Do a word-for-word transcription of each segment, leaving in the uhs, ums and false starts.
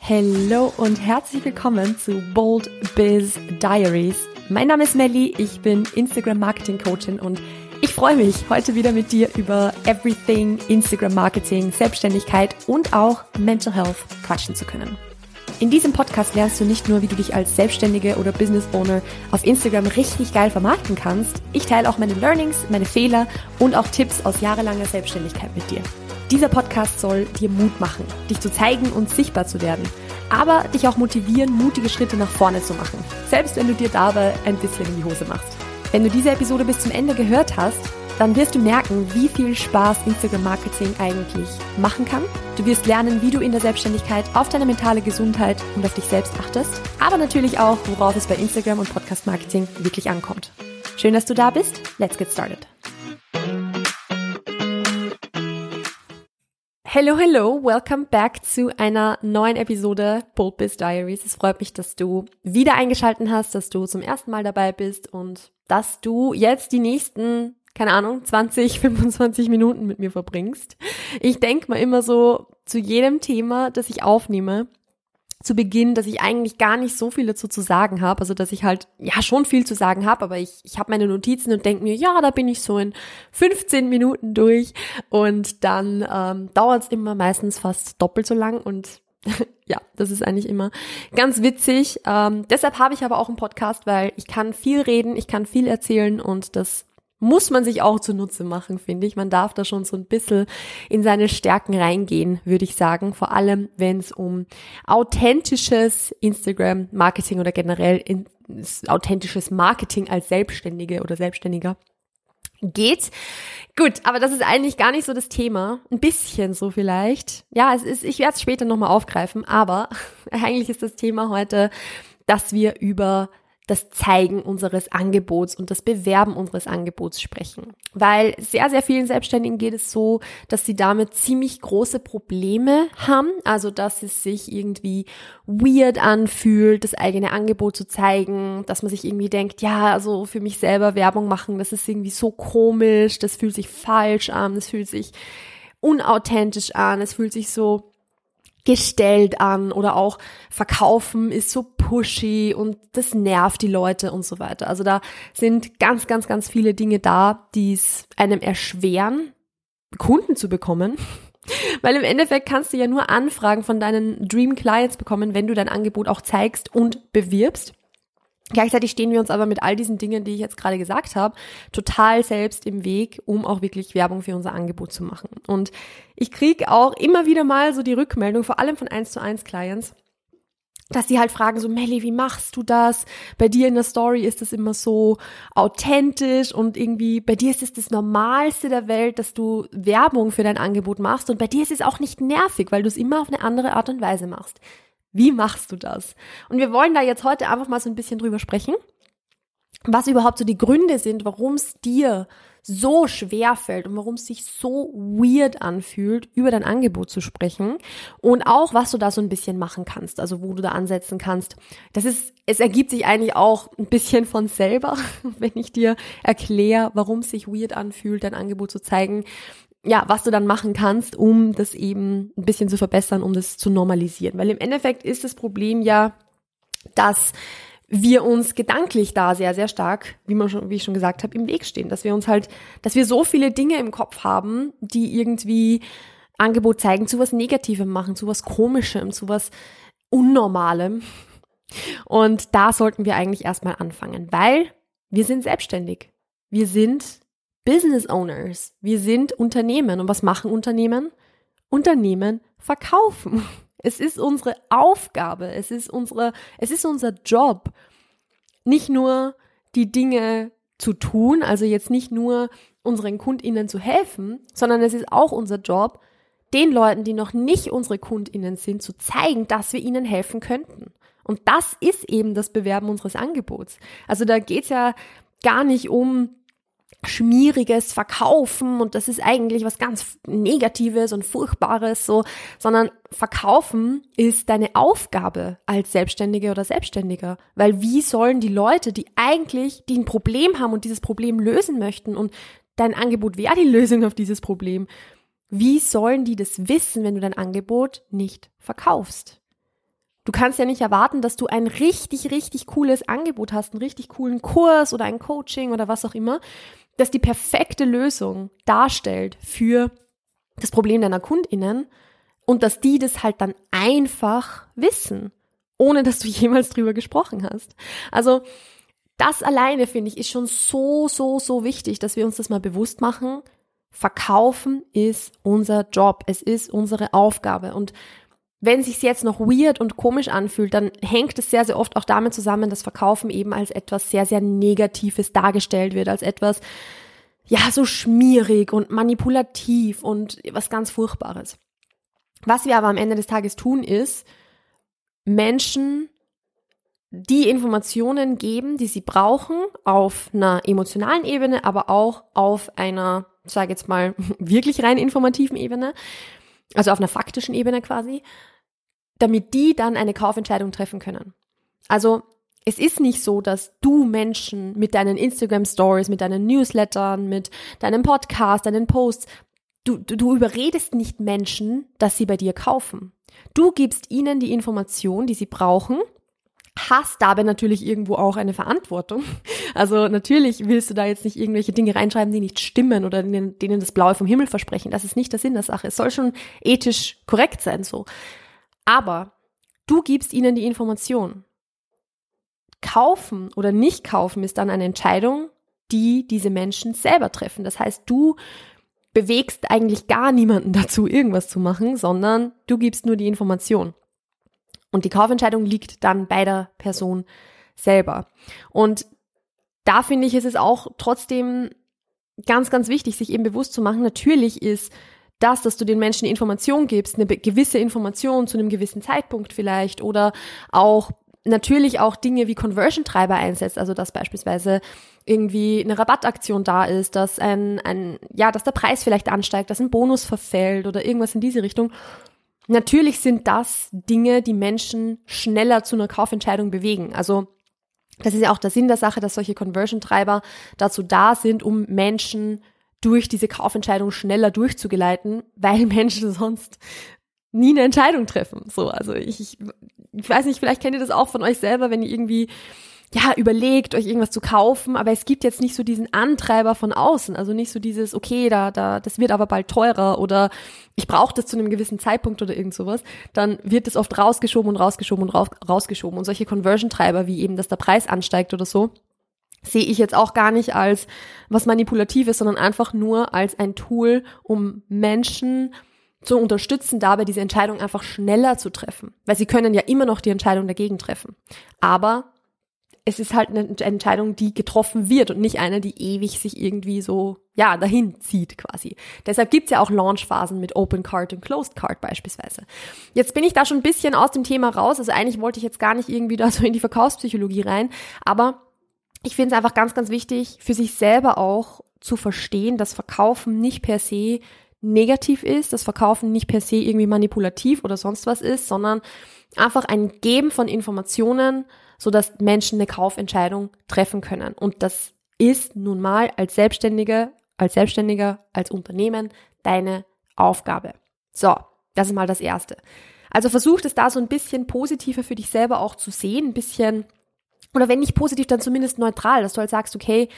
Hallo und herzlich willkommen zu Bold Biz Diaries. Mein Name ist Melli, ich bin Instagram Marketing Coachin und ich freue mich, heute wieder mit dir über Everything Instagram Marketing, Selbstständigkeit und auch Mental Health quatschen zu können. In diesem Podcast lernst du nicht nur, wie du dich als Selbstständige oder Business Owner auf Instagram richtig geil vermarkten kannst. Ich teile auch meine Learnings, meine Fehler und auch Tipps aus jahrelanger Selbstständigkeit mit dir. Dieser Podcast soll dir Mut machen, dich zu zeigen und sichtbar zu werden, aber dich auch motivieren, mutige Schritte nach vorne zu machen, selbst wenn du dir dabei ein bisschen in die Hose machst. Wenn du diese Episode bis zum Ende gehört hast, dann wirst du merken, wie viel Spaß Instagram-Marketing eigentlich machen kann. Du wirst lernen, wie du in der Selbstständigkeit auf deine mentale Gesundheit und auf dich selbst achtest, aber natürlich auch, worauf es bei Instagram und Podcast-Marketing wirklich ankommt. Schön, dass du da bist. Let's get started. Hello, hello, welcome back zu einer neuen Episode Bold Biz Diaries. Es freut mich, dass du wieder eingeschaltet hast, dass du zum ersten Mal dabei bist und dass du jetzt die nächsten, keine Ahnung, zwanzig, fünfundzwanzig Minuten mit mir verbringst. Ich denke mal immer so zu jedem Thema, das ich aufnehme, zu Beginn, dass ich eigentlich gar nicht so viel dazu zu sagen habe, also dass ich halt ja schon viel zu sagen habe, aber ich ich habe meine Notizen und denke mir, ja, da bin ich so in fünfzehn Minuten durch und dann ähm, dauert es immer meistens fast doppelt so lang und ja, das ist eigentlich immer ganz witzig. Ähm, deshalb habe ich aber auch einen Podcast, weil ich kann viel reden, ich kann viel erzählen und das muss man sich auch zunutze machen, finde ich. Man darf da schon so ein bisschen in seine Stärken reingehen, würde ich sagen. Vor allem, wenn es um authentisches Instagram-Marketing oder generell in, authentisches Marketing als Selbstständige oder Selbstständiger geht. Gut, aber das ist eigentlich gar nicht so das Thema. Ein bisschen so vielleicht. Ja, es ist, ich werde es später nochmal aufgreifen, aber eigentlich ist das Thema heute, dass wir über das Zeigen unseres Angebots und das Bewerben unseres Angebots sprechen. Weil sehr, sehr vielen Selbstständigen geht es so, dass sie damit ziemlich große Probleme haben. Also, dass es sich irgendwie weird anfühlt, das eigene Angebot zu zeigen, dass man sich irgendwie denkt, ja, also für mich selber Werbung machen, das ist irgendwie so komisch, das fühlt sich falsch an, das fühlt sich unauthentisch an, es fühlt sich so gestellt an oder auch verkaufen ist so pushy und das nervt die Leute und so weiter. Also da sind ganz, ganz, ganz viele Dinge da, die es einem erschweren, Kunden zu bekommen. Weil im Endeffekt kannst du ja nur Anfragen von deinen Dream Clients bekommen, wenn du dein Angebot auch zeigst und bewirbst. Gleichzeitig stehen wir uns aber mit all diesen Dingen, die ich jetzt gerade gesagt habe, total selbst im Weg, um auch wirklich Werbung für unser Angebot zu machen. Und ich kriege auch immer wieder mal so die Rückmeldung, vor allem von eins zu eins Clients, dass die halt fragen so, Melli, wie machst du das? Bei dir in der Story ist das immer so authentisch und irgendwie bei dir ist es das Normalste der Welt, dass du Werbung für dein Angebot machst und bei dir ist es auch nicht nervig, weil du es immer auf eine andere Art und Weise machst. Wie machst du das? Und wir wollen da jetzt heute einfach mal so ein bisschen drüber sprechen, was überhaupt so die Gründe sind, warum es dir so schwer fällt und warum es sich so weird anfühlt, über dein Angebot zu sprechen und auch, was du da so ein bisschen machen kannst, also wo du da ansetzen kannst. Das ist, es ergibt sich eigentlich auch ein bisschen von selber, wenn ich dir erkläre, warum es sich weird anfühlt, dein Angebot zu zeigen. Ja, was du dann machen kannst, um das eben ein bisschen zu verbessern, um das zu normalisieren. Weil im Endeffekt ist das Problem ja, dass wir uns gedanklich da sehr, sehr stark, wie man schon, wie ich schon gesagt habe, im Weg stehen. Dass wir uns halt, dass wir so viele Dinge im Kopf haben, die irgendwie Angebot zeigen, zu was Negativem machen, zu was Komischem, zu was Unnormalem. Und da sollten wir eigentlich erstmal anfangen, weil wir sind selbstständig. Wir sind Business Owners. Wir sind Unternehmen. Und was machen Unternehmen? Unternehmen verkaufen. Es ist unsere Aufgabe. Es ist unsere, es ist unser Job, nicht nur die Dinge zu tun, also jetzt nicht nur unseren KundInnen zu helfen, sondern es ist auch unser Job, den Leuten, die noch nicht unsere KundInnen sind, zu zeigen, dass wir ihnen helfen könnten. Und das ist eben das Bewerben unseres Angebots. Also da geht's ja gar nicht um schmieriges Verkaufen und das ist eigentlich was ganz Negatives und Furchtbares, so, sondern Verkaufen ist deine Aufgabe als Selbstständige oder Selbstständiger, weil wie sollen die Leute, die eigentlich, die ein Problem haben und dieses Problem lösen möchten und dein Angebot wäre die Lösung auf dieses Problem, wie sollen die das wissen, wenn du dein Angebot nicht verkaufst? Du kannst ja nicht erwarten, dass du ein richtig, richtig cooles Angebot hast, einen richtig coolen Kurs oder ein Coaching oder was auch immer, das die perfekte Lösung darstellt für das Problem deiner KundInnen und dass die das halt dann einfach wissen, ohne dass du jemals drüber gesprochen hast. Also das alleine, finde ich, ist schon so, so, so wichtig, dass wir uns das mal bewusst machen. Verkaufen ist unser Job, es ist unsere Aufgabe. Und wenn es sich jetzt noch weird und komisch anfühlt, dann hängt es sehr, sehr oft auch damit zusammen, dass Verkaufen eben als etwas sehr, sehr Negatives dargestellt wird, als etwas, ja, so schmierig und manipulativ und was ganz Furchtbares. Was wir aber am Ende des Tages tun, ist, Menschen die Informationen geben, die sie brauchen, auf einer emotionalen Ebene, aber auch auf einer, ich sage jetzt mal, wirklich rein informativen Ebene, also auf einer faktischen Ebene quasi, damit die dann eine Kaufentscheidung treffen können. Also es ist nicht so, dass du Menschen mit deinen Instagram-Stories, mit deinen Newslettern, mit deinem Podcast, deinen Posts, du, du, du überredest nicht Menschen, dass sie bei dir kaufen. Du gibst ihnen die Information, die sie brauchen, hast dabei natürlich irgendwo auch eine Verantwortung. Also natürlich willst du da jetzt nicht irgendwelche Dinge reinschreiben, die nicht stimmen oder denen, denen das Blaue vom Himmel versprechen. Das ist nicht der Sinn der Sache. Es soll schon ethisch korrekt sein, so. Aber du gibst ihnen die Information. Kaufen oder nicht kaufen ist dann eine Entscheidung, die diese Menschen selber treffen. Das heißt, du bewegst eigentlich gar niemanden dazu, irgendwas zu machen, sondern du gibst nur die Information. Und die Kaufentscheidung liegt dann bei der Person selber. Und da finde ich, ist es auch trotzdem ganz, ganz wichtig, sich eben bewusst zu machen, natürlich ist das, dass du den Menschen die Information gibst, eine gewisse Information zu einem gewissen Zeitpunkt vielleicht oder auch natürlich auch Dinge wie Conversion-Treiber einsetzt, also dass beispielsweise irgendwie eine Rabattaktion da ist, dass ein, ein, ja, dass der Preis vielleicht ansteigt, dass ein Bonus verfällt oder irgendwas in diese Richtung. Natürlich sind das Dinge, die Menschen schneller zu einer Kaufentscheidung bewegen. Also das ist ja auch der Sinn der Sache, dass solche Conversion-Treiber dazu da sind, um Menschen durch diese Kaufentscheidung schneller durchzugeleiten, weil Menschen sonst nie eine Entscheidung treffen. So, also ich, ich, ich weiß nicht, vielleicht kennt ihr das auch von euch selber, wenn ihr irgendwie ja, überlegt, euch irgendwas zu kaufen, aber es gibt jetzt nicht so diesen Antreiber von außen, also nicht so dieses, okay, da, da, das wird aber bald teurer oder ich brauche das zu einem gewissen Zeitpunkt oder irgend sowas, dann wird das oft rausgeschoben und rausgeschoben und raus, rausgeschoben und solche Conversion-Treiber, wie eben, dass der Preis ansteigt oder so, sehe ich jetzt auch gar nicht als was Manipulatives, sondern einfach nur als ein Tool, um Menschen zu unterstützen, dabei diese Entscheidung einfach schneller zu treffen, weil sie können ja immer noch die Entscheidung dagegen treffen, aber es ist halt eine Entscheidung, die getroffen wird und nicht eine, die ewig sich irgendwie so, ja, dahin zieht quasi. Deshalb gibt's ja auch Launchphasen mit Open Cart und Closed Cart beispielsweise. Jetzt bin ich da schon ein bisschen aus dem Thema raus, also eigentlich wollte ich jetzt gar nicht irgendwie da so in die Verkaufspsychologie rein, aber ich finde es einfach ganz, ganz wichtig, für sich selber auch zu verstehen, dass Verkaufen nicht per se negativ ist, dass Verkaufen nicht per se irgendwie manipulativ oder sonst was ist, sondern einfach ein Geben von Informationen, so dass Menschen eine Kaufentscheidung treffen können. Und das ist nun mal als Selbstständige, als Selbstständiger, als Unternehmen deine Aufgabe. So, das ist mal das Erste. Also versuch es da so ein bisschen positiver für dich selber auch zu sehen, ein bisschen, oder wenn nicht positiv, dann zumindest neutral, dass du halt sagst, okay,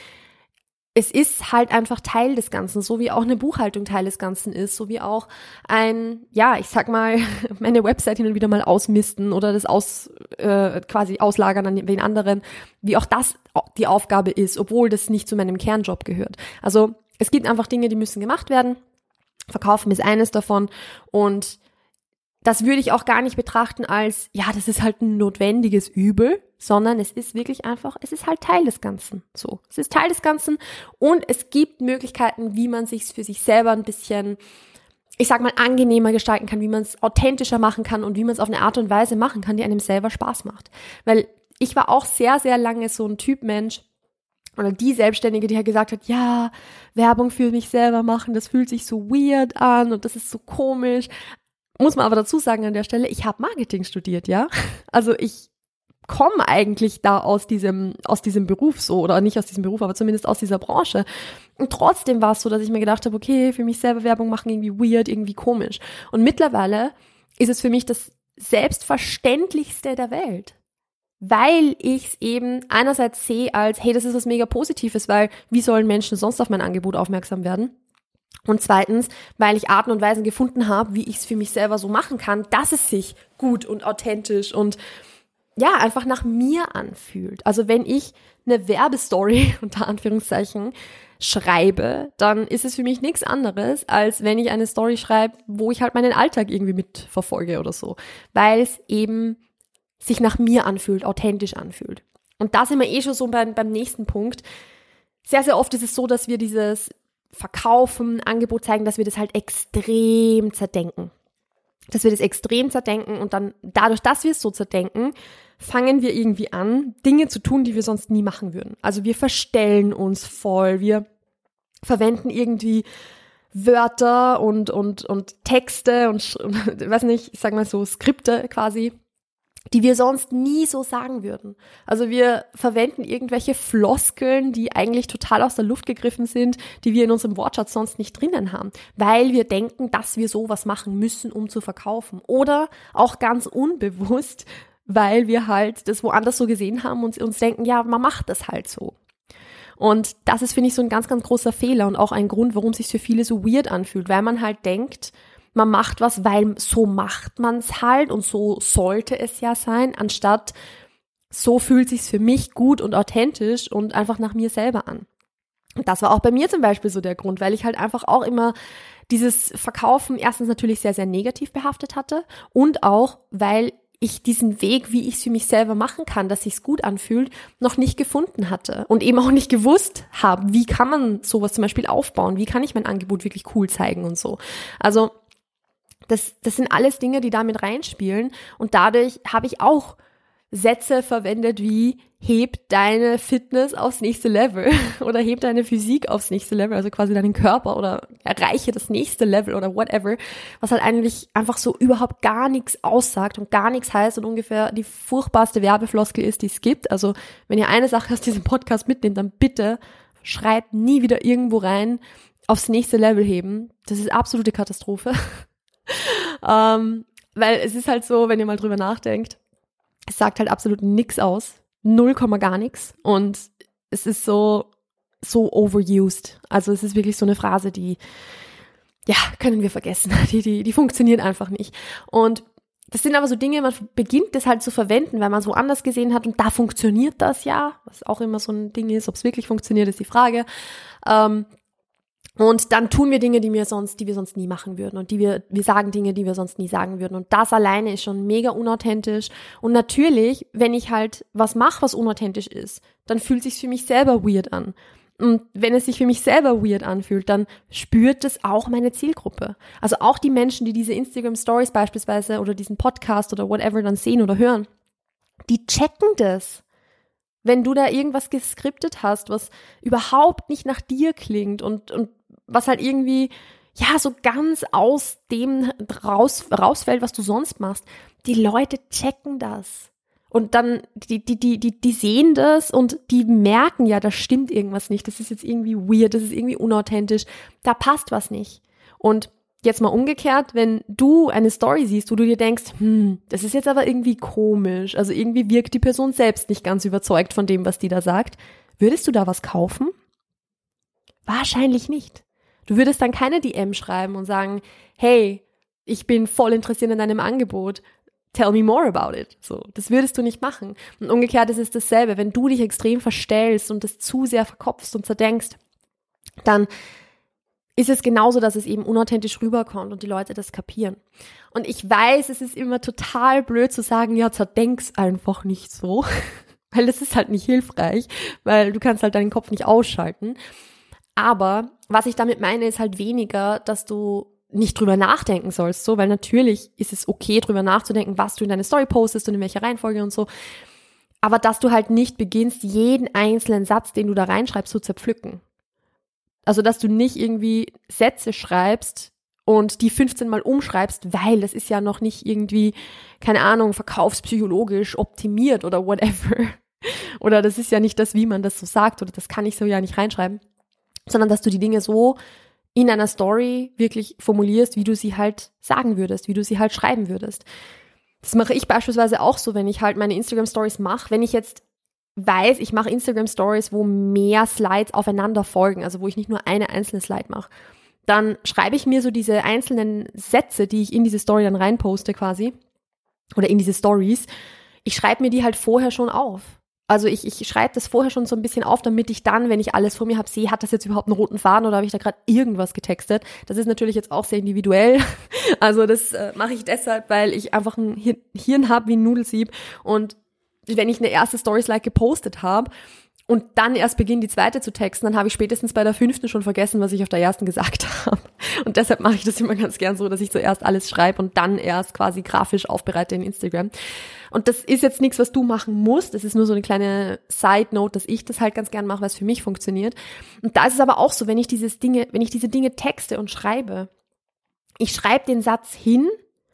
es ist halt einfach Teil des Ganzen, so wie auch eine Buchhaltung Teil des Ganzen ist, so wie auch ein, ja, ich sag mal, meine Website hin und wieder mal ausmisten oder das aus, äh, quasi auslagern an wen anderen, wie auch das die Aufgabe ist, obwohl das nicht zu meinem Kernjob gehört. Also es gibt einfach Dinge, die müssen gemacht werden. Verkaufen ist eines davon und das würde ich auch gar nicht betrachten als, ja, das ist halt ein notwendiges Übel, sondern es ist wirklich einfach, es ist halt Teil des Ganzen. So, es ist Teil des Ganzen und es gibt Möglichkeiten, wie man sich für sich selber ein bisschen, ich sag mal, angenehmer gestalten kann, wie man es authentischer machen kann und wie man es auf eine Art und Weise machen kann, die einem selber Spaß macht. Weil ich war auch sehr, sehr lange so ein Typ Mensch, oder die Selbstständige, die halt gesagt hat, ja, Werbung für mich selber machen, das fühlt sich so weird an und das ist so komisch. Muss man aber dazu sagen an der Stelle, ich habe Marketing studiert, ja. Also ich komme eigentlich da aus diesem aus diesem Beruf so, oder nicht aus diesem Beruf, aber zumindest aus dieser Branche. Und trotzdem war es so, dass ich mir gedacht habe, okay, für mich selber Werbung machen irgendwie weird, irgendwie komisch. Und mittlerweile ist es für mich das Selbstverständlichste der Welt. Weil ich es eben einerseits sehe als, hey, das ist was mega Positives, weil wie sollen Menschen sonst auf mein Angebot aufmerksam werden? Und zweitens, weil ich Arten und Weisen gefunden habe, wie ich es für mich selber so machen kann, dass es sich gut und authentisch und ja, einfach nach mir anfühlt. Also wenn ich eine Werbestory, unter Anführungszeichen, schreibe, dann ist es für mich nichts anderes, als wenn ich eine Story schreibe, wo ich halt meinen Alltag irgendwie mitverfolge oder so. Weil es eben sich nach mir anfühlt, authentisch anfühlt. Und da sind wir eh schon so beim, beim nächsten Punkt. Sehr, sehr oft ist es so, dass wir dieses Verkaufen, Angebot zeigen, dass wir das halt extrem zerdenken. Dass wir das extrem zerdenken und dann dadurch, dass wir es so zerdenken, fangen wir irgendwie an, Dinge zu tun, die wir sonst nie machen würden. Also wir verstellen uns voll, wir verwenden irgendwie Wörter und, und, und Texte und, und weiß nicht, ich sag mal so Skripte quasi, die wir sonst nie so sagen würden. Also wir verwenden irgendwelche Floskeln, die eigentlich total aus der Luft gegriffen sind, die wir in unserem Wortschatz sonst nicht drinnen haben, weil wir denken, dass wir sowas machen müssen, um zu verkaufen. Oder auch ganz unbewusst, weil wir halt das woanders so gesehen haben und uns denken, ja, man macht das halt so. Und das ist, finde ich, so ein ganz, ganz großer Fehler und auch ein Grund, warum es sich für viele so weird anfühlt, weil man halt denkt, man macht was, weil so macht man es halt und so sollte es ja sein, anstatt so fühlt sich's für mich gut und authentisch und einfach nach mir selber an. Und das war auch bei mir zum Beispiel so der Grund, weil ich halt einfach auch immer dieses Verkaufen erstens natürlich sehr, sehr negativ behaftet hatte und auch, weil ich diesen Weg, wie ich es für mich selber machen kann, dass sich's gut anfühlt, noch nicht gefunden hatte und eben auch nicht gewusst habe, wie kann man sowas zum Beispiel aufbauen, wie kann ich mein Angebot wirklich cool zeigen und so. Also Das, das sind alles Dinge, die da mit reinspielen und dadurch habe ich auch Sätze verwendet wie heb deine Fitness aufs nächste Level oder heb deine Physik aufs nächste Level, also quasi deinen Körper oder erreiche das nächste Level oder whatever, was halt eigentlich einfach so überhaupt gar nichts aussagt und gar nichts heißt und ungefähr die furchtbarste Werbefloskel ist, die es gibt. Also wenn ihr eine Sache aus diesem Podcast mitnehmt, dann bitte schreibt nie wieder irgendwo rein, aufs nächste Level heben. Das ist absolute Katastrophe. Ähm, weil es ist halt so, wenn ihr mal drüber nachdenkt, es sagt halt absolut nichts aus, null Komma gar nichts und es ist so, so overused. Also es ist wirklich so eine Phrase, die, ja, können wir vergessen, die, die, die funktioniert einfach nicht. Und das sind aber so Dinge, man beginnt das halt zu verwenden, weil man es woanders gesehen hat und da funktioniert das ja, was auch immer so ein Ding ist, ob es wirklich funktioniert, ist die Frage. Ähm, Und dann tun wir Dinge, die wir sonst, die wir sonst nie machen würden und die wir, wir sagen Dinge, die wir sonst nie sagen würden. Und das alleine ist schon mega unauthentisch. Und natürlich, wenn ich halt was mache, was unauthentisch ist, dann fühlt es sich für mich selber weird an. Und wenn es sich für mich selber weird anfühlt, dann spürt es auch meine Zielgruppe. Also auch die Menschen, die diese Instagram Stories beispielsweise oder diesen Podcast oder whatever dann sehen oder hören, die checken das. Wenn du da irgendwas geskriptet hast, was überhaupt nicht nach dir klingt und, und was halt irgendwie, ja, so ganz aus dem raus, rausfällt, was du sonst machst. Die Leute checken das. Und dann, die, die, die, die, die sehen das und die merken ja, da stimmt irgendwas nicht. Das ist jetzt irgendwie weird, das ist irgendwie unauthentisch. Da passt was nicht. Und jetzt mal umgekehrt, wenn du eine Story siehst, wo du dir denkst, hm, das ist jetzt aber irgendwie komisch. Also irgendwie wirkt die Person selbst nicht ganz überzeugt von dem, was die da sagt. Würdest du da was kaufen? Wahrscheinlich nicht. Du würdest dann keine D M schreiben und sagen, hey, ich bin voll interessiert in deinem Angebot, tell me more about it. So, das würdest du nicht machen. Und umgekehrt ist es dasselbe. Wenn du dich extrem verstellst und das zu sehr verkopfst und zerdenkst, dann ist es genauso, dass es eben unauthentisch rüberkommt und die Leute das kapieren. Und ich weiß, es ist immer total blöd zu sagen, ja, zerdenk's einfach nicht so, weil das ist halt nicht hilfreich, weil du kannst halt deinen Kopf nicht ausschalten. Aber was ich damit meine, ist halt weniger, dass du nicht drüber nachdenken sollst, so, weil natürlich ist es okay, drüber nachzudenken, was du in deine Story postest und in welcher Reihenfolge und so. Aber dass du halt nicht beginnst, jeden einzelnen Satz, den du da reinschreibst, zu zerpflücken. Also, dass du nicht irgendwie Sätze schreibst und die fünfzehn Mal umschreibst, weil das ist ja noch nicht irgendwie, keine Ahnung, verkaufspsychologisch optimiert oder whatever. Oder das ist ja nicht das, wie man das so sagt oder das kann ich so ja nicht reinschreiben. Sondern dass du die Dinge so in einer Story wirklich formulierst, wie du sie halt sagen würdest, wie du sie halt schreiben würdest. Das mache ich beispielsweise auch so, wenn ich halt meine Instagram-Stories mache. Wenn ich jetzt weiß, ich mache Instagram-Stories, wo mehr Slides aufeinander folgen, also wo ich nicht nur eine einzelne Slide mache, dann schreibe ich mir so diese einzelnen Sätze, die ich in diese Story dann reinposte quasi, oder in diese Stories, ich schreibe mir die halt vorher schon auf. Also ich, ich schreibe das vorher schon so ein bisschen auf, damit ich dann, wenn ich alles vor mir habe, sehe, hat das jetzt überhaupt einen roten Faden oder habe ich da gerade irgendwas getextet? Das ist natürlich jetzt auch sehr individuell. Also das äh, mache ich deshalb, weil ich einfach ein Hirn, Hirn habe wie ein Nudelsieb. Und wenn ich eine erste Story-Slide gepostet habe und dann erst beginne, die zweite zu texten, dann habe ich spätestens bei der fünften schon vergessen, was ich auf der ersten gesagt habe. Und deshalb mache ich das immer ganz gern so, dass ich zuerst alles schreibe und dann erst quasi grafisch aufbereite in Instagram. Und das ist jetzt nichts, was du machen musst. Das ist nur so eine kleine Side-Note, dass ich das halt ganz gern mache, weil es für mich funktioniert. Und da ist es aber auch so, wenn ich dieses Dinge, wenn ich diese Dinge texte und schreibe, ich schreibe den Satz hin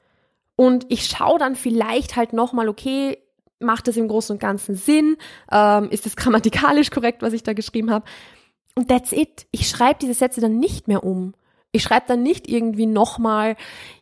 und ich schaue dann vielleicht halt nochmal, okay, macht das im Großen und Ganzen Sinn? Ähm, ist das grammatikalisch korrekt, was ich da geschrieben habe? Und that's it. Ich schreibe diese Sätze dann nicht mehr um. Ich schreibe dann nicht irgendwie nochmal,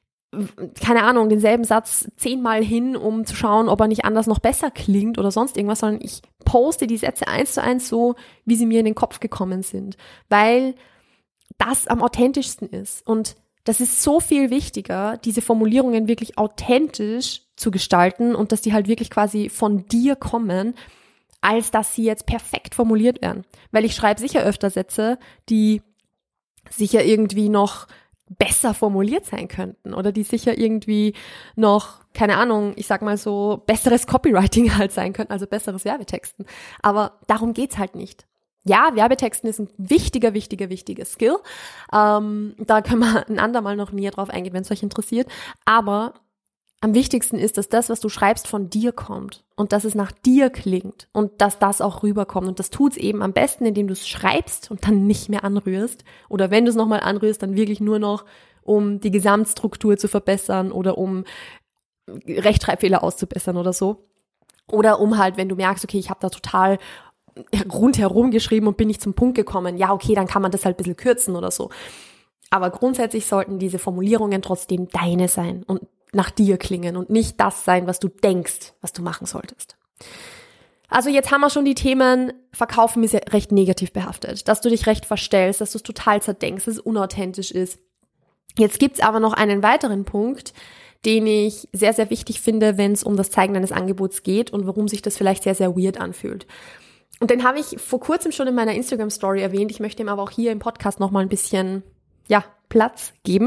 keine Ahnung, denselben Satz zehnmal hin, um zu schauen, ob er nicht anders noch besser klingt oder sonst irgendwas, sondern ich poste die Sätze eins zu eins so, wie sie mir in den Kopf gekommen sind, weil das am authentischsten ist. Und das ist so viel wichtiger, diese Formulierungen wirklich authentisch zu gestalten und dass die halt wirklich quasi von dir kommen, als dass sie jetzt perfekt formuliert werden. Weil ich schreibe sicher öfter Sätze, die sicher irgendwie noch besser formuliert sein könnten oder die sicher irgendwie noch, keine Ahnung, ich sag mal so, besseres Copywriting halt sein könnten, also besseres Werbetexten. Aber darum geht's halt nicht. Ja, Werbetexten ist ein wichtiger, wichtiger, wichtiger Skill. Ähm, da können wir ein andermal noch näher drauf eingehen, wenn es euch interessiert. Aber am wichtigsten ist, dass das, was du schreibst, von dir kommt und dass es nach dir klingt und dass das auch rüberkommt. Und das tut's eben am besten, indem du es schreibst und dann nicht mehr anrührst. Oder wenn du es nochmal anrührst, dann wirklich nur noch, um die Gesamtstruktur zu verbessern oder um Rechtschreibfehler auszubessern oder so. Oder um halt, wenn du merkst, okay, ich habe da total rundherum geschrieben und bin nicht zum Punkt gekommen. Ja, okay, dann kann man das halt ein bisschen kürzen oder so. Aber grundsätzlich sollten diese Formulierungen trotzdem deine sein und nach dir klingen und nicht das sein, was du denkst, was du machen solltest. Also jetzt haben wir schon die Themen, Verkaufen ist ja recht negativ behaftet, dass du dich recht verstellst, dass du es total zerdenkst, dass es unauthentisch ist. Jetzt gibt's aber noch einen weiteren Punkt, den ich sehr, sehr wichtig finde, wenn es um das Zeigen deines Angebots geht und warum sich das vielleicht sehr, sehr weird anfühlt. Und den habe ich vor kurzem schon in meiner Instagram-Story erwähnt. Ich möchte ihm aber auch hier im Podcast nochmal ein bisschen, ja, Platz geben.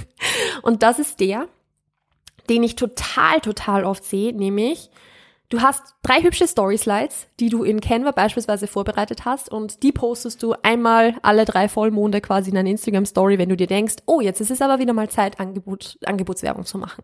Und das ist der, den ich total, total oft sehe, nämlich du hast drei hübsche Story-Slides, die du in Canva beispielsweise vorbereitet hast und die postest du einmal alle drei Vollmonde quasi in einer Instagram-Story, wenn du dir denkst, oh, jetzt ist es aber wieder mal Zeit, Angebot, Angebotswerbung zu machen.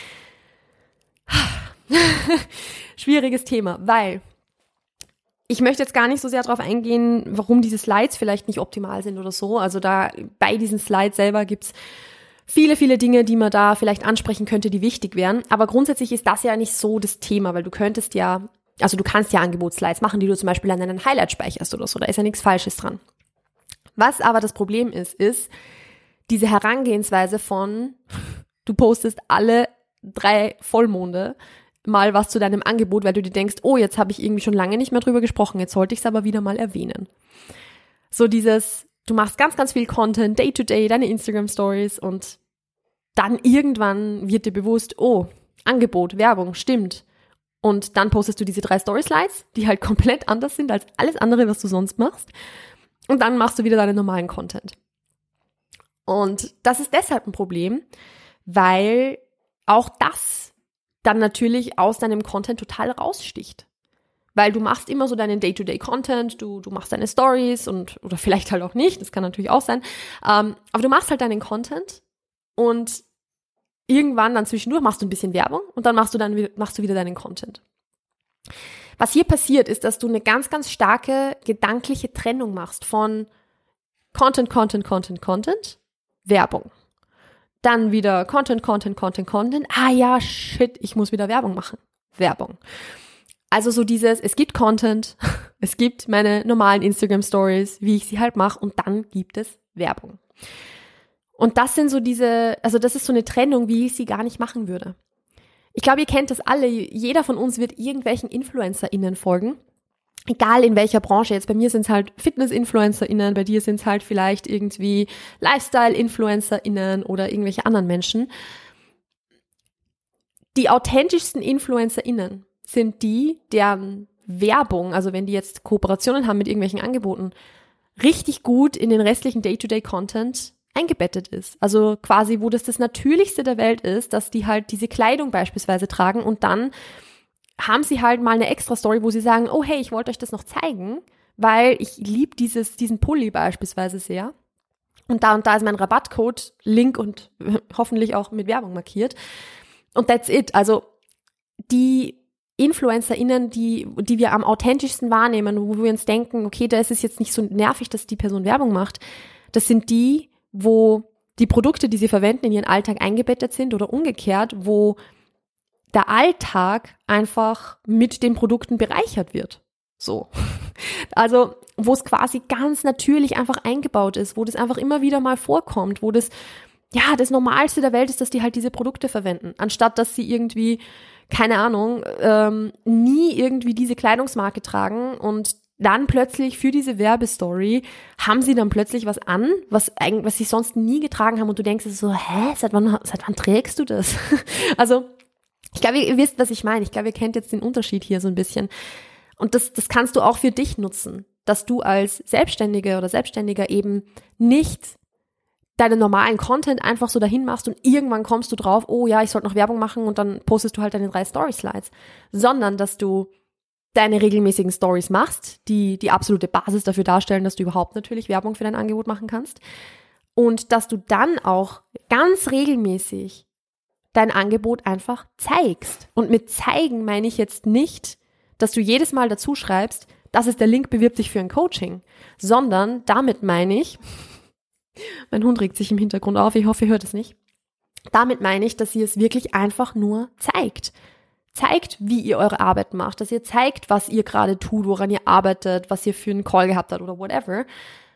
Schwieriges Thema, weil ich möchte jetzt gar nicht so sehr darauf eingehen, warum diese Slides vielleicht nicht optimal sind oder so. Also da bei diesen Slides selber gibt's viele, viele Dinge, die man da vielleicht ansprechen könnte, die wichtig wären. Aber grundsätzlich ist das ja nicht so das Thema, weil du könntest ja, also du kannst ja Angebotsslides machen, die du zum Beispiel an einen Highlight speicherst oder so. Da ist ja nichts Falsches dran. Was aber das Problem ist, ist diese Herangehensweise von, du postest alle drei Vollmonde mal was zu deinem Angebot, weil du dir denkst, oh, jetzt habe ich irgendwie schon lange nicht mehr drüber gesprochen, jetzt sollte ich es aber wieder mal erwähnen. So dieses, du machst ganz, ganz viel Content, day to day, deine Instagram-Stories und dann irgendwann wird dir bewusst, oh, Angebot, Werbung, stimmt. Und dann postest du diese drei Story-Slides, die halt komplett anders sind als alles andere, was du sonst machst. Und dann machst du wieder deinen normalen Content. Und das ist deshalb ein Problem, weil auch das dann natürlich aus deinem Content total raussticht. Weil du machst immer so deinen Day-to-Day-Content, du, du machst deine Stories und oder vielleicht halt auch nicht, das kann natürlich auch sein. Ähm, aber du machst halt deinen Content und irgendwann dann zwischendurch machst du ein bisschen Werbung und dann machst du dann machst du wieder deinen Content. Was hier passiert, ist, dass du eine ganz, ganz starke gedankliche Trennung machst von Content, Content, Content, Content, Werbung. Dann wieder Content, Content, Content, Content. Ah ja, shit, ich muss wieder Werbung machen. Werbung. Also so dieses, es gibt Content, es gibt meine normalen Instagram-Stories, wie ich sie halt mache und dann gibt es Werbung. Und das sind so diese, also das ist so eine Trennung, wie ich sie gar nicht machen würde. ich glaube, ihr kennt das alle. Jeder von uns wird irgendwelchen InfluencerInnen folgen. Egal in welcher Branche. Jetzt bei mir sind es halt Fitness-InfluencerInnen, bei dir sind es halt vielleicht irgendwie Lifestyle-InfluencerInnen oder irgendwelche anderen Menschen. Die authentischsten InfluencerInnen sind die, deren Werbung, also wenn die jetzt Kooperationen haben mit irgendwelchen Angeboten, richtig gut in den restlichen Day-to-Day-Content eingebettet ist. Also quasi, wo das das Natürlichste der Welt ist, dass die halt diese Kleidung beispielsweise tragen und dann haben sie halt mal eine extra Story, wo sie sagen, oh hey, ich wollte euch das noch zeigen, weil ich liebe dieses diesen Pulli beispielsweise sehr. Und da und da ist mein Rabattcode, Link und hoffentlich auch mit Werbung markiert. Und that's it. Also die InfluencerInnen, die, die wir am authentischsten wahrnehmen, wo wir uns denken, okay, da ist es jetzt nicht so nervig, dass die Person Werbung macht. Das sind die, wo die Produkte, die sie verwenden, in ihren Alltag eingebettet sind oder umgekehrt, wo der Alltag einfach mit den Produkten bereichert wird. So. Also, wo es quasi ganz natürlich einfach eingebaut ist, wo das einfach immer wieder mal vorkommt, wo das, ja, das Normalste der Welt ist, dass die halt diese Produkte verwenden, anstatt dass sie irgendwie, keine Ahnung, ähm, nie irgendwie diese Kleidungsmarke tragen und dann plötzlich für diese Werbestory haben sie dann plötzlich was an, was eigentlich, was sie sonst nie getragen haben und du denkst so, hä, seit wann, seit wann trägst du das? Also, ich glaube, ihr wisst, was ich meine. Ich glaube, ihr kennt jetzt den Unterschied hier so ein bisschen. Und das, das kannst du auch für dich nutzen, dass du als Selbstständige oder Selbstständiger eben nicht deinen normalen Content einfach so dahin machst und irgendwann kommst du drauf, oh ja, ich sollte noch Werbung machen und dann postest du halt deine drei Story-Slides, sondern dass du deine regelmäßigen Stories machst, die die absolute Basis dafür darstellen, dass du überhaupt natürlich Werbung für dein Angebot machen kannst und dass du dann auch ganz regelmäßig dein Angebot einfach zeigst. Und mit zeigen meine ich jetzt nicht, dass du jedes Mal dazu schreibst, das ist der Link, bewirb dich für ein Coaching, sondern damit meine ich, mein Hund regt sich im Hintergrund auf, ich hoffe, ihr hört es nicht, damit meine ich, dass ihr es wirklich einfach nur zeigt. Zeigt, wie ihr eure Arbeit macht, dass ihr zeigt, was ihr gerade tut, woran ihr arbeitet, was ihr für einen Call gehabt habt oder whatever,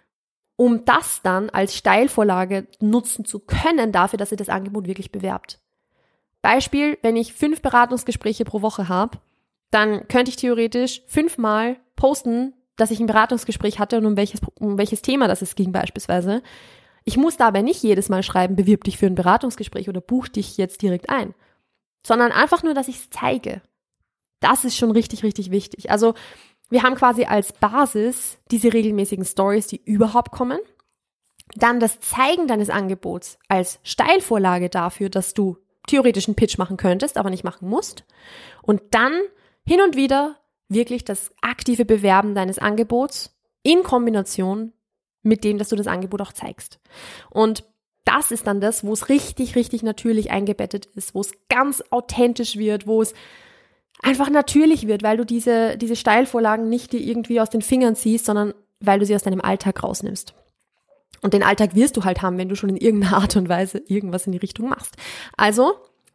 um das dann als Steilvorlage nutzen zu können dafür, dass ihr das Angebot wirklich bewerbt. Beispiel, wenn ich fünf Beratungsgespräche pro Woche habe, dann könnte ich theoretisch fünfmal posten, dass ich ein Beratungsgespräch hatte und um welches, um welches Thema das es ging beispielsweise. Ich muss dabei nicht jedes Mal schreiben, bewirb dich für ein Beratungsgespräch oder buch dich jetzt direkt ein, sondern einfach nur, dass ich es zeige. Das ist schon richtig, richtig wichtig. Also wir haben quasi als Basis diese regelmäßigen Stories, die überhaupt kommen. Dann das Zeigen deines Angebots als Steilvorlage dafür, dass du theoretisch einen Pitch machen könntest, aber nicht machen musst. Und dann hin und wieder wirklich das aktive Bewerben deines Angebots in Kombination mit dem, dass du das Angebot auch zeigst. Und das ist dann das, wo es richtig, richtig natürlich eingebettet ist, wo es ganz authentisch wird, wo es einfach natürlich wird, weil du diese, diese Steilvorlagen nicht dir irgendwie aus den Fingern ziehst, sondern weil du sie aus deinem Alltag rausnimmst. Und den Alltag wirst du halt haben, wenn du schon in irgendeiner Art und Weise irgendwas in die Richtung machst. Also,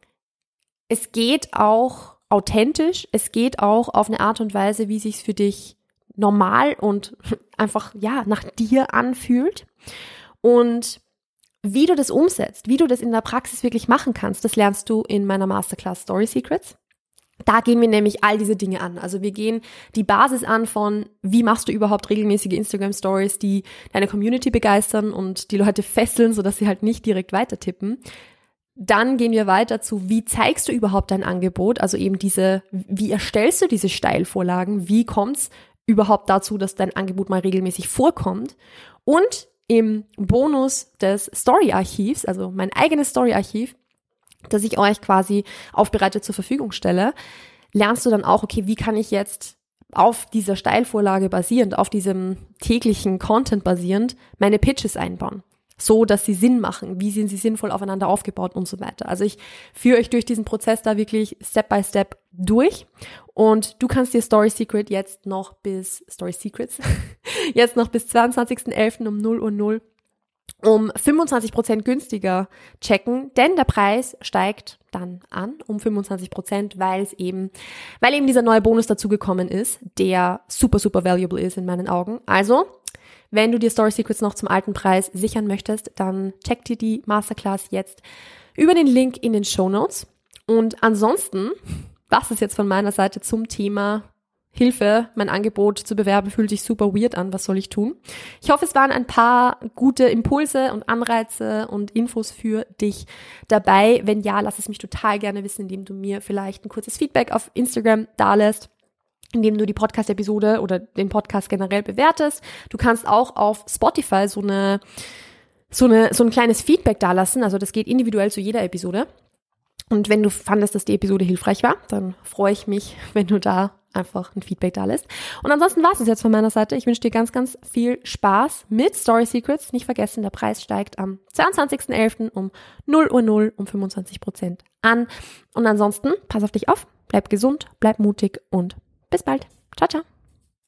es geht auch authentisch, es geht auch auf eine Art und Weise, wie sich's für dich normal und einfach, ja, nach dir anfühlt. Und wie du das umsetzt, wie du das in der Praxis wirklich machen kannst, das lernst du in meiner Masterclass Story Secrets. Da gehen wir nämlich all diese Dinge an. Also wir gehen die Basis an von, wie machst du überhaupt regelmäßige Instagram-Stories, die deine Community begeistern und die Leute fesseln, sodass sie halt nicht direkt weiter tippen. Dann gehen wir weiter zu, wie zeigst du überhaupt dein Angebot? Also eben diese, wie erstellst du diese Steilvorlagen? Wie kommt's überhaupt dazu, dass dein Angebot mal regelmäßig vorkommt? Und im Bonus des Story-Archivs, also mein eigenes Story-Archiv, das ich euch quasi aufbereitet zur Verfügung stelle, lernst du dann auch, okay, wie kann ich jetzt auf dieser Steilvorlage basierend, auf diesem täglichen Content basierend, meine Pitches einbauen, so dass sie Sinn machen, wie sind sie sinnvoll aufeinander aufgebaut und so weiter. Also ich führe euch durch diesen Prozess da wirklich Step by Step durch und du kannst dir Story Secret jetzt noch bis, Story Secrets, jetzt noch bis zweiundzwanzigsten elften um null Uhr null um fünfundzwanzig Prozent günstiger checken, denn der Preis steigt dann an um fünfundzwanzig Prozent, weil es eben, weil eben dieser neue Bonus dazugekommen ist, der super, super valuable ist in meinen Augen. Also, wenn du dir Story Secrets noch zum alten Preis sichern möchtest, dann check dir die Masterclass jetzt über den Link in den Shownotes. Und ansonsten, was ist jetzt von meiner Seite zum Thema Hilfe, mein Angebot zu bewerben, fühlt sich super weird an, was soll ich tun? Ich hoffe, es waren ein paar gute Impulse und Anreize und Infos für dich dabei. Wenn ja, lass es mich total gerne wissen, indem du mir vielleicht ein kurzes Feedback auf Instagram dalässt, indem du die Podcast-Episode oder den Podcast generell bewertest. Du kannst auch auf Spotify so eine, so eine, so ein kleines Feedback dalassen, also das geht individuell zu jeder Episode. Und wenn du fandest, dass die Episode hilfreich war, dann freue ich mich, wenn du da einfach ein Feedback da lässt. Und ansonsten war es jetzt von meiner Seite. Ich wünsche dir ganz, ganz viel Spaß mit Story Secrets. Nicht vergessen, der Preis steigt am zweiundzwanzigsten elften um null Uhr null um fünfundzwanzig Prozent an. Und ansonsten, pass auf dich auf, bleib gesund, bleib mutig und bis bald. Ciao, ciao.